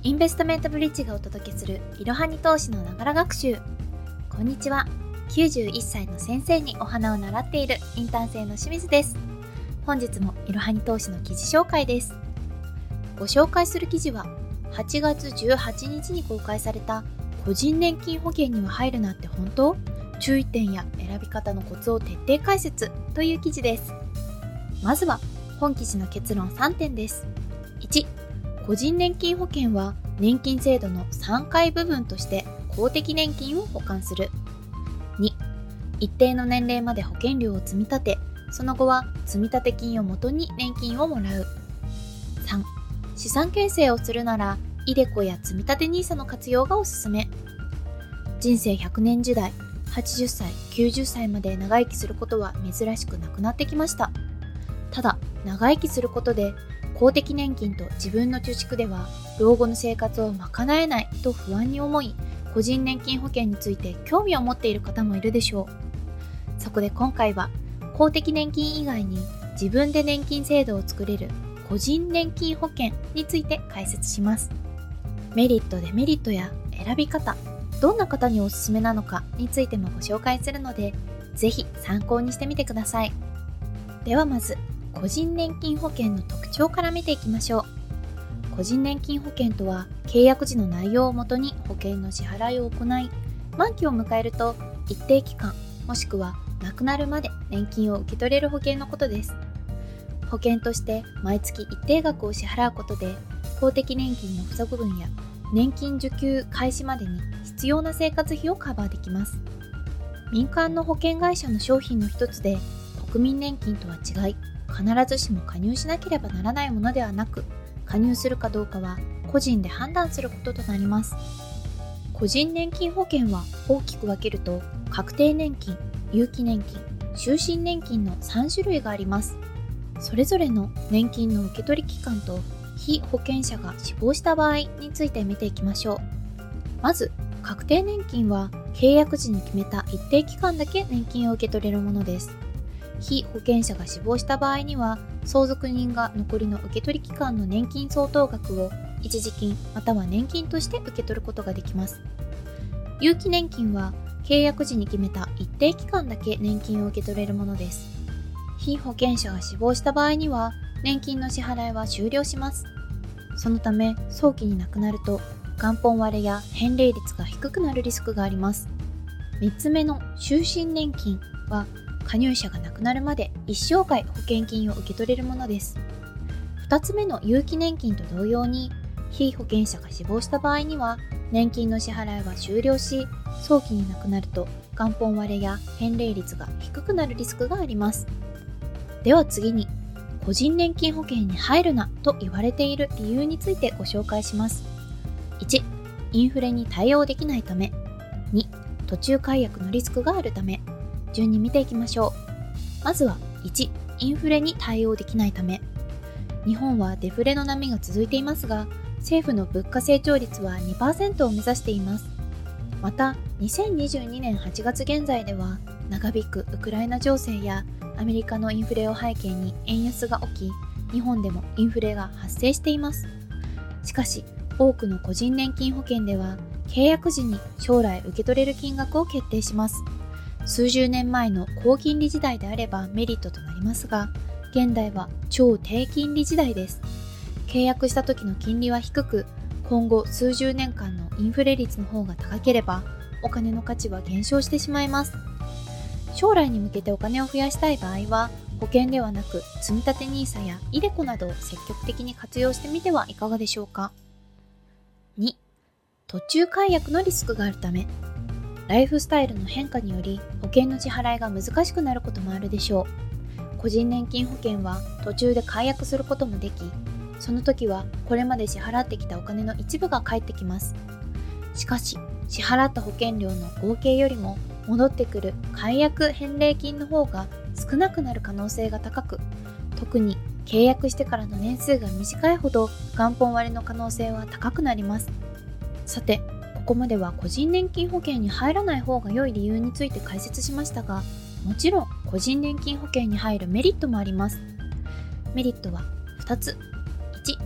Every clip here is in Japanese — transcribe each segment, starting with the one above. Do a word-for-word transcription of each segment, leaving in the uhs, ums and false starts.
インベストメントブリッジがお届けするいろはに投資のながら学習。こんにちは。きゅうじゅういっさいの先生にお花を習っているインターン生の清水です。本日もいろはに投資の記事紹介です。ご紹介する記事ははちがつじゅうはちにちに公開された個人年金保険には入るなって本当？注意点や選び方のコツを徹底解説という記事です。まずは本記事の結論さんてんです。いち、個人年金保険は年金制度のさんかい部分として公的年金を保管する。に、一定の年齢まで保険料を積み立て、その後は積立金をもとに年金をもらう。さん、資産形成をするならイデコや積立 ニーサ の活用がおすすめ。人生ひゃくねん時代、はちじゅっさい、きゅうじゅっさいまで長生きすることは珍しくなくなってきました。ただ、長生きすることで公的年金と自分の貯蓄では老後の生活を賄えないと不安に思い、個人年金保険について興味を持っている方もいるでしょう。そこで今回は公的年金以外に自分で年金制度を作れる個人年金保険について解説します。メリット、デメリットや選び方、どんな方におすすめなのかについてもご紹介するので、ぜひ参考にしてみてください。ではまず個人年金保険の特徴から見ていきましょう。個人年金保険とは、契約時の内容をもとに保険の支払いを行い、満期を迎えると一定期間、もしくは亡くなるまで年金を受け取れる保険のことです。保険として毎月一定額を支払うことで、公的年金の不足分や年金受給開始までに必要な生活費をカバーできます。民間の保険会社の商品の一つで、国民年金とは違い、必ずしも加入しなければならないものではなく、加入するかどうかは個人で判断することとなります。個人年金保険は大きく分けると、確定年金、有期年金、終身年金のさんしゅるいがあります。それぞれの年金の受け取り期間と被保険者が死亡した場合について見ていきましょう。まず、確定年金は契約時に決めた一定期間だけ年金を受け取れるものです。被保険者が死亡した場合には、相続人が残りの受け取り期間の年金相当額を一時金または年金として受け取ることができます。有期年金は契約時に決めた一定期間だけ年金を受け取れるものです。被保険者が死亡した場合には、年金の支払いは終了します。そのため、早期に亡くなると元本割れや返礼率が低くなるリスクがあります。みっつめの終身年金は、加入者が亡くなるまで一生涯保険金を受け取れるものです。ふたつめの有期年金と同様に、被保険者が死亡した場合には、年金の支払いは終了し、早期に亡くなると元本割れや返礼率が低くなるリスクがあります。では次に、個人年金保険に入るなと言われている理由についてご紹介します。いち、インフレに対応できないため。に、途中解約のリスクがあるため。順に見ていきましょう。まずはいち、インフレに対応できないため。日本はデフレの波が続いていますが、政府の物価成長率は にパーセント を目指しています。また、にせんにじゅうにねんはちがつ現在では、長引くウクライナ情勢やアメリカのインフレを背景に円安が起き、日本でもインフレが発生しています。しかし、多くの個人年金保険では、契約時に将来受け取れる金額を決定します。数十年前の高金利時代であればメリットとなりますが、現代は超低金利時代です。契約した時の金利は低く、今後数十年間のインフレ率の方が高ければ、お金の価値は減少してしまいます。将来に向けてお金を増やしたい場合は、保険ではなく積立 ニーサ やイデコなどを積極的に活用してみてはいかがでしょうか。に、途中解約のリスクがあるため。ライフスタイルの変化により保険の支払いが難しくなることもあるでしょう。個人年金保険は途中で解約することもでき、その時はこれまで支払ってきたお金の一部が返ってきます。しかし、支払った保険料の合計よりも戻ってくる解約返礼金の方が少なくなる可能性が高く、特に契約してからの年数が短いほど元本割れの可能性は高くなります。さて、ここまでは個人年金保険に入らない方が良い理由について解説しましたが、もちろん個人年金保険に入るメリットもあります。メリットはふたつ。いち、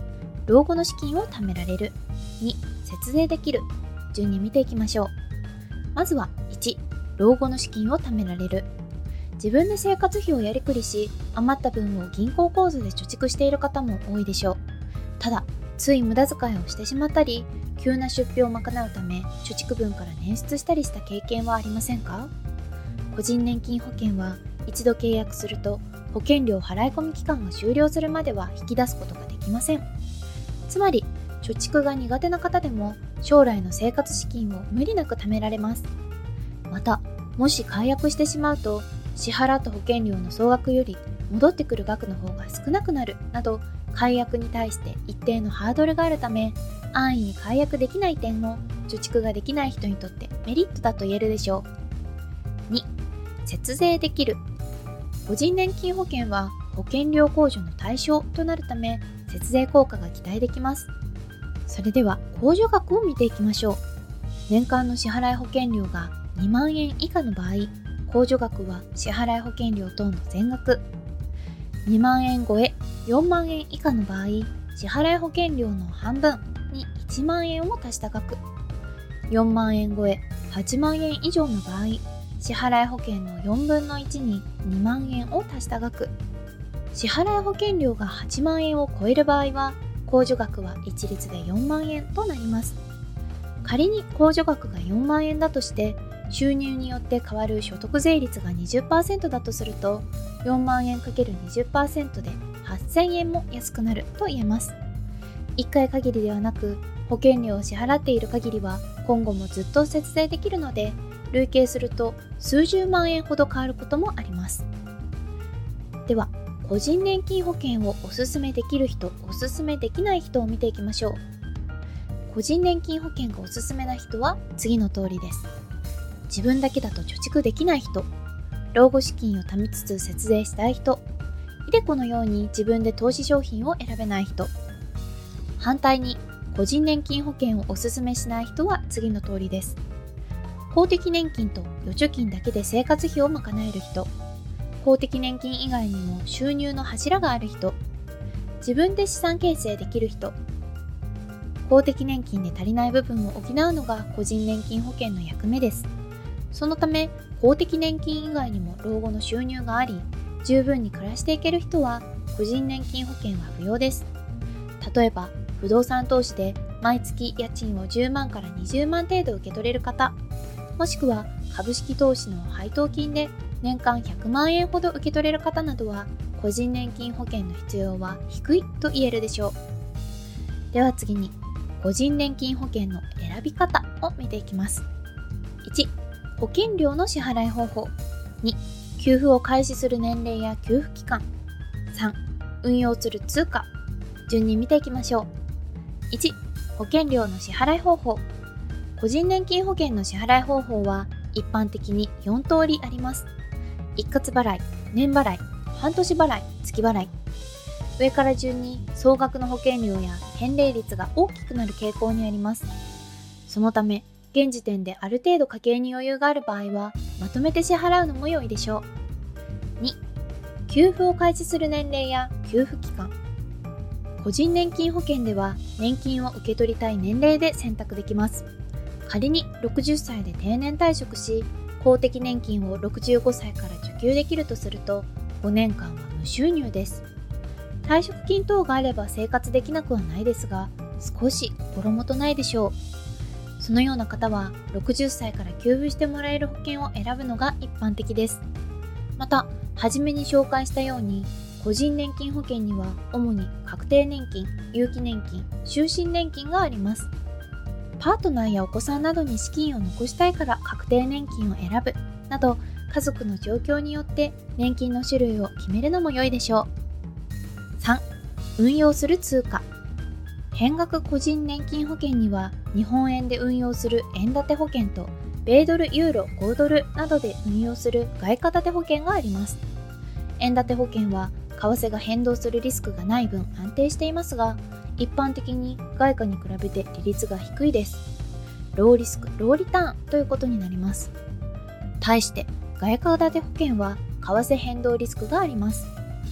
老後の資金を貯められる。に節税できる。順に見ていきましょう。まずはいち老後の資金を貯められる。自分で生活費をやりくりし、余った分を銀行口座で貯蓄している方も多いでしょう。ただつい無駄遣いをしてしまったり、急な出費を賄うため貯蓄分から捻出したりした経験はありませんか？個人年金保険は一度契約すると保険料払い込み期間が終了するまでは引き出すことができません。つまり貯蓄が苦手な方でも将来の生活資金を無理なく貯められます。またもし解約してしまうと支払った保険料の総額より戻ってくる額の方が少なくなるなど、解約に対して一定のハードルがあるため、安易に解約できない点も貯蓄ができない人にとってメリットだと言えるでしょう。に節税できる。個人年金保険は保険料控除の対象となるため、節税効果が期待できます。それでは控除額を見ていきましょう。年間の支払い保険料がにまんえん以下の場合、控除額は支払い保険料等の全額。にまんえん超え、よんまんえん以下の場合、支払い保険料の半分にいちまんえんを足した額。よんまんえん超え、はちまんえん以上の場合、支払い保険のよんぶんのいちににまんえんを足した額。支払い保険料がはちまんえんを超える場合は、控除額は一律でよんまんえんとなります。仮に控除額がよんまんえんだとして、収入によって変わる所得税率が にじゅっパーセント だとすると、よんまんえん ×にじゅっパーセント ではっせんえんも安くなると言えます。いっかい限りではなく、保険料を支払っている限りは今後もずっと節税できるので、累計すると数十万円ほど変わることもあります。では、個人年金保険をおすすめできる人、おすすめできない人を見ていきましょう。個人年金保険がおすすめな人は次の通りです。自分だけだと貯蓄できない人、老後資金を貯めつつ節税したい人、イデコのように自分で投資商品を選べない人。反対に個人年金保険をおすすめしない人は次の通りです。公的年金と預貯金だけで生活費を賄える人、公的年金以外にも収入の柱がある人、自分で資産形成できる人。公的年金で足りない部分を補うのが個人年金保険の役目です。そのため、公的年金以外にも老後の収入があり、十分に暮らしていける人は個人年金保険は不要です。例えば、不動産投資で毎月家賃をじゅうまんからにじゅうまん程度受け取れる方、もしくは株式投資の配当金で年間ひゃくまんえんほど受け取れる方などは、個人年金保険の必要は低いと言えるでしょう。では次に、個人年金保険の選び方を見ていきます。いち保険料の支払い方法。に給付を開始する年齢や給付期間。さん運用する通貨。順に見ていきましょう。いち保険料の支払い方法。個人年金保険の支払い方法は一般的によんとおりあります。一括払い、年払い、半年払い、月払い。上から順に総額の保険料や返礼率が大きくなる傾向にあります。そのため、現時点である程度家計に余裕がある場合は、まとめて支払うのも良いでしょう。に給付を開始する年齢や給付期間。個人年金保険では年金を受け取りたい年齢で選択できます。仮にろくじゅっさいで定年退職し、公的年金をろくじゅうごさいから受給できるとすると、ごねんかんは無収入です。退職金等があれば生活できなくはないですが、少し心もとないでしょう。そのような方はろくじゅっさいから給付してもらえる保険を選ぶのが一般的です。また、はじめに紹介したように、個人年金保険には主に確定年金、有期年金、終身年金があります。パートナーやお子さんなどに資金を残したいから確定年金を選ぶなど、家族の状況によって年金の種類を決めるのも良いでしょう。さん運用する通貨。変額個人年金保険には日本円で運用する円建て保険と米ドル、ユーロ、ごドルなどで運用する外貨建て保険があります。円建て保険は為替が変動するリスクがない分安定していますが、一般的に外貨に比べて利率が低いです。ローリスク、ローリターンということになります。対して外貨建て保険は為替変動リスクがあります。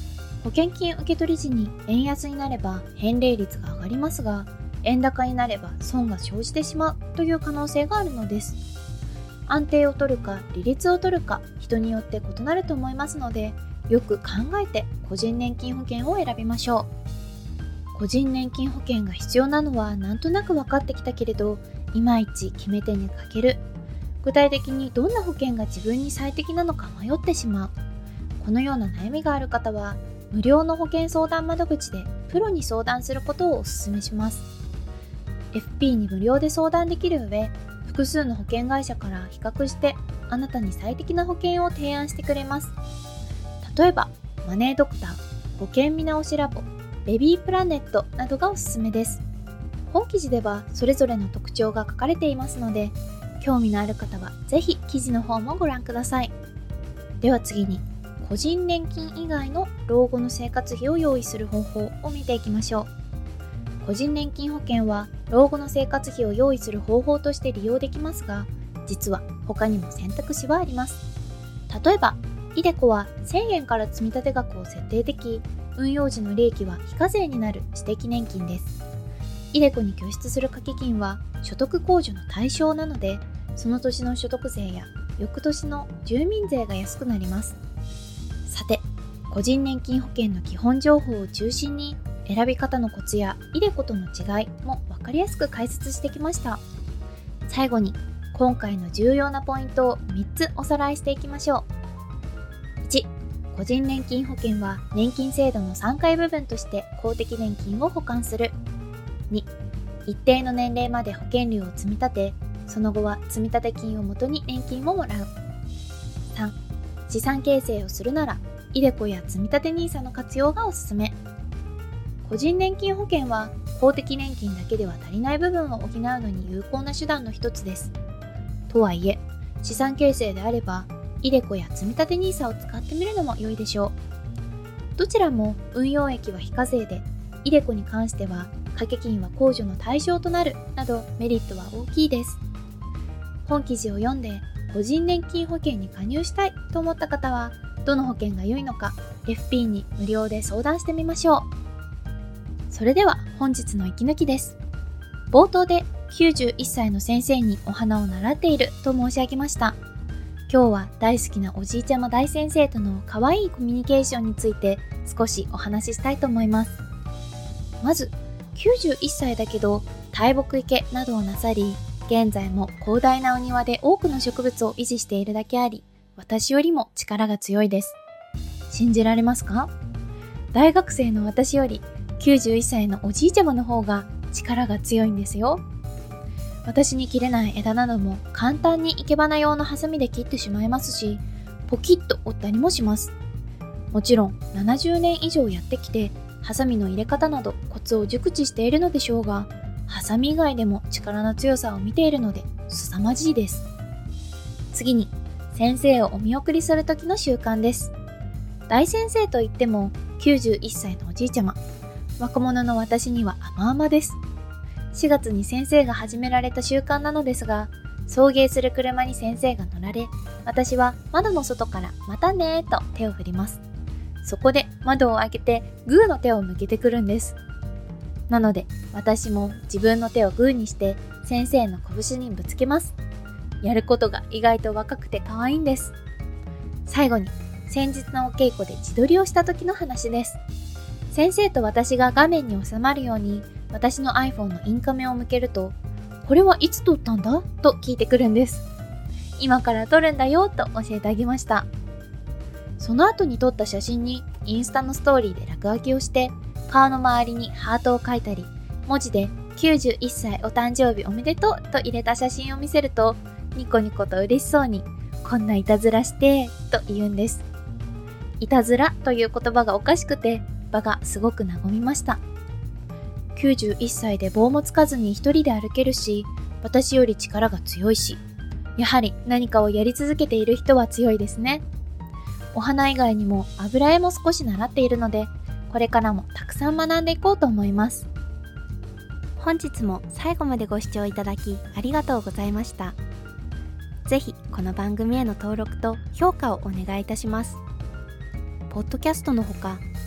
保険金受取時に円安になれば返礼率が上がりますが、円高になれば損が生じてしまうという可能性があるのです。安定を取るか利率を取るか、人によって異なると思いますので、よく考えて個人年金保険を選びましょう。個人年金保険が必要なのはなんとなく分かってきたけれど、いまいち決め手に欠ける。具体的にどんな保険が自分に最適なのか迷ってしまう。このような悩みがある方は、無料の保険相談窓口でプロに相談することをお勧めします。エフピー に無料で相談できる上、複数の保険会社から比較してあなたに最適な保険を提案してくれます。例えば、マネードクター、保険見直しラボ、ベビープラネットなどがおすすめです。本記事ではそれぞれの特徴が書かれていますので、興味のある方はぜひ記事の方もご覧ください。では次に、個人年金以外の老後の生活費を用意する方法を見ていきましょう。個人年金保険は老後の生活費を用意する方法として利用できますが、実は他にも選択肢はあります。例えば、イデコはせんえんから積立額を設定でき、運用時の利益は非課税になる私的年金です。イデコに拠出する掛け金は所得控除の対象なので、その年の所得税や翌年の住民税が安くなります。さて、個人年金保険の基本情報を中心に、選び方のコツやイデコとの違いも分かりやすく解説してきました。最後に、今回の重要なポイントをみっつおさらいしていきましょう。いち、個人年金保険は年金制度のさんかい部分として公的年金を保管する。に、一定の年齢まで保険料を積み立て、その後は積立金をもとに年金をもらう。さん、資産形成をするなら、イデコや積立 ニーサ の活用がおすすめ。個人年金保険は公的年金だけでは足りない部分を補うのに有効な手段の一つです。とはいえ、資産形成であれば、イデコや積立 ニーサ を使ってみるのも良いでしょう。どちらも運用益は非課税で、イデコに関しては掛け金は控除の対象となるなどメリットは大きいです。本記事を読んで個人年金保険に加入したいと思った方は、どの保険が良いのか エフピー に無料で相談してみましょう。それでは本日の息抜きです。冒頭できゅうじゅういっさいの先生にお花を習っていると申し上げました。今日は大好きなおじいちゃま大先生との可愛いコミュニケーションについて少しお話ししたいと思います。まず、きゅうじゅういっさいだけど大木池などをなさり、現在も広大なお庭で多くの植物を維持しているだけあり、私よりも力が強いです。信じられますか？大学生の私よりきゅうじゅういっさいのおじいちゃまの方が力が強いんですよ。私に切れない枝なども簡単に生け花用のハサミで切ってしまいますし、ポキッと折ったりもします。もちろんななじゅうねん以上やってきて、ハサミの入れ方などコツを熟知しているのでしょうが、ハサミ以外でも力の強さを見ているので凄まじいです。次に、先生をお見送りする時の習慣です。大先生といってもきゅうじゅういっさいのおじいちゃま、若者の私には甘々です。しがつに先生が始められた習慣なのですが、送迎する車に先生が乗られ、私は窓の外からまたねーと手を振ります。そこで窓を開けてグーの手を向けてくるんです。なので私も自分の手をグーにして先生の拳にぶつけます。やることが意外と若くて可愛いんです。最後に、先日のお稽古で自撮りをした時の話です。先生と私が画面に収まるように私の iPhone のインカメを向けると、これはいつ撮ったんだと聞いてくるんです。今から撮るんだよと教えてあげました。その後に撮った写真にインスタのストーリーで落書きをして、顔の周りにハートを描いたり、文字できゅうじゅういっさいお誕生日おめでとうと入れた写真を見せると、ニコニコと嬉しそうに、こんないたずらしてと言うんです。いたずらという言葉がおかしくて、場がすごく和みました。きゅうじゅういっさいで棒もつかずに一人で歩けるし、私より力が強いし、やはり何かをやり続けている人は強いですね。お花以外にも油絵も少し習っているので、これからもたくさん学んでいこうと思います。本日も最後までご視聴いただきありがとうございました。ぜひこの番組への登録と評価をお願いいたします。ポッドキャストのほか、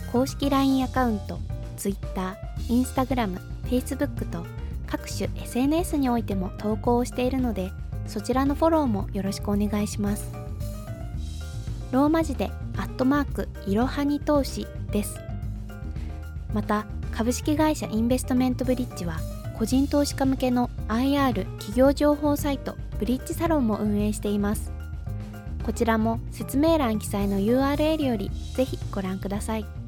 公式 ライン アカウント、Twitter、Instagram、Facebook と各種 エスエヌエス においても投稿をしているので、そちらのフォローもよろしくお願いします。ローマ字でアットマークいろはに投資です。また、株式会社インベストメントブリッジは個人投資家向けの アイアール 企業情報サイトブリッジサロンも運営しています。こちらも説明欄記載の ユーアールエル よりぜひご覧ください。